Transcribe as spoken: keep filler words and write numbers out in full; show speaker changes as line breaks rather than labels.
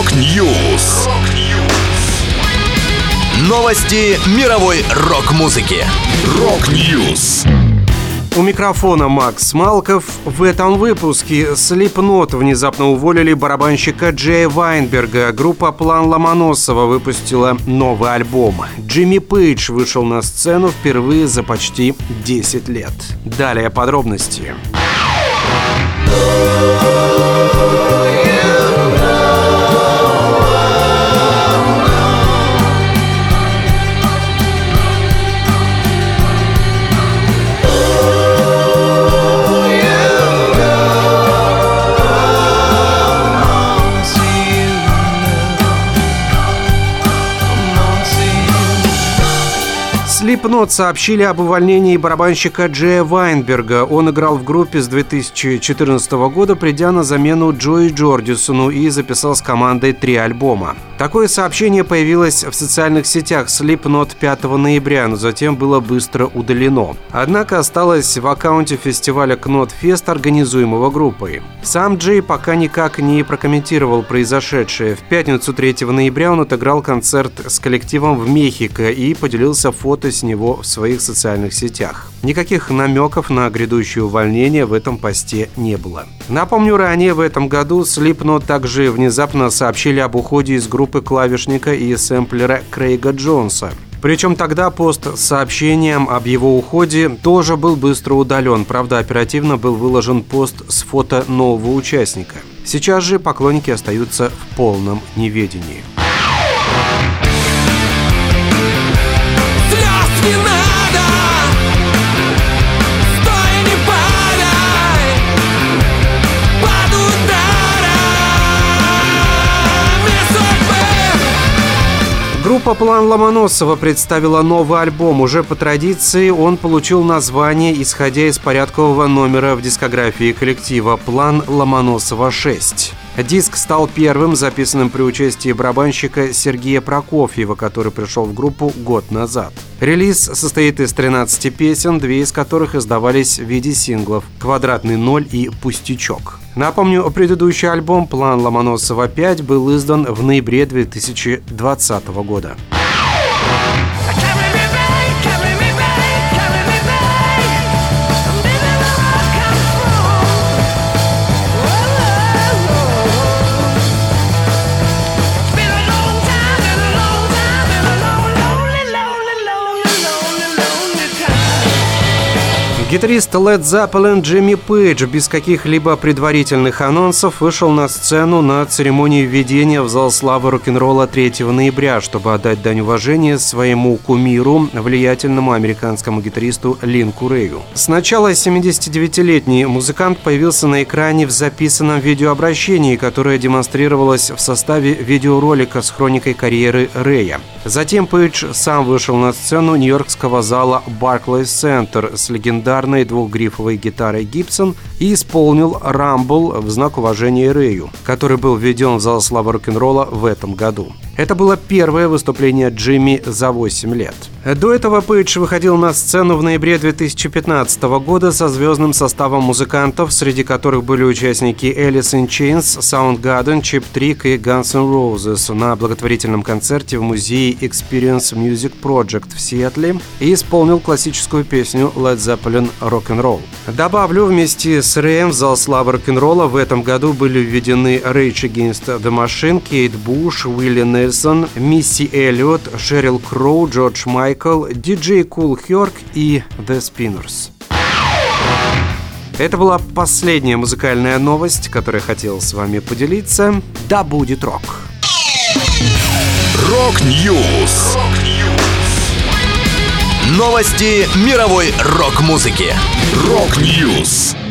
Рок-Ньюс. Новости мировой рок-музыки. Рок-Ньюс.
У микрофона Макс Малков. В этом выпуске Slipknot внезапно уволили барабанщика Джея Вайнберга. Группа План Ломоносова выпустила новый альбом. Джимми Пейдж вышел на сцену впервые за почти десять лет. Далее подробности. Slipknot сообщили об увольнении барабанщика Джея Вайнберга. Он играл в группе с две тысячи четырнадцатого года, придя на замену Джои Джордисону, и записал с командой три альбома. Такое сообщение появилось в социальных сетях Slipknot пятого ноября, но затем было быстро удалено. Однако осталось в аккаунте фестиваля Knotfest, организуемого группой. Сам Джей пока никак не прокомментировал произошедшее. В пятницу третьего ноября он отыграл концерт с коллективом в Мехико и поделился фото с него в своих социальных сетях. Никаких намеков на грядущее увольнение в этом посте не было. Напомню, ранее в этом году Slipknot также внезапно сообщили об уходе из группы клавишника и сэмплера Крейга Джонса. Причем тогда пост с сообщением об его уходе тоже был быстро удален. Правда, оперативно был выложен пост с фото нового участника. Сейчас же поклонники остаются в полном неведении.
Не надо, стой и не падай под ударами судьбы.
Группа План Ломоносова представила новый альбом. Уже по традиции он получил название, исходя из порядкового номера в дискографии коллектива «План Ломоносова шесть». Диск стал первым, записанным при участии барабанщика Сергея Прокофьева, который пришел в группу год назад. Релиз состоит из тринадцати песен, две из которых издавались в виде синглов «Квадратный ноль» и «Пустячок». Напомню, предыдущий альбом «План Ломоносова пять» был издан в ноябре две тысячи двадцатого года. Гитарист Led Zeppelin Джимми Пейдж без каких-либо предварительных анонсов вышел на сцену на церемонии введения в зал славы рок-н-ролла третьего ноября, чтобы отдать дань уважения своему кумиру, влиятельному американскому гитаристу Линку Рэю. Сначала семидесятидевятилетний музыкант появился на экране в записанном видеообращении, которое демонстрировалось в составе видеоролика с хроникой карьеры Рэя. Затем Пейдж сам вышел на сцену нью-йоркского зала Barclays Center с легендарной двухгрифовой гитарой Gibson и исполнил «Рамбл» в знак уважения Рэю, который был введен в зал славы рок-н-ролла в этом году. Это было первое выступление Джимми за восемь лет. До этого Пейдж выходил на сцену в ноябре две тысячи пятнадцатого года со звездным составом музыкантов, среди которых были участники Alice in Chains, Soundgarden, Cheap Trick и Guns N' Roses на благотворительном концерте в музее Experience Music Project в Сиэтле и исполнил классическую песню Led Zeppelin «Rock'n'Roll». Добавлю, вместе с Рэем в зал славы рок-н-ролла в этом году были введены Rage Against the Machine, Кейт Буш, Уилли Нельсон, Мисси Эллиот, Шерил Кроу, Джордж Майкл, диджей Кул Хёрк и The Spinners. Это была последняя музыкальная новость, которой хотел с вами поделиться. Да будет рок!
Рок-Ньюс. Новости мировой рок-музыки. Рок-Ньюс.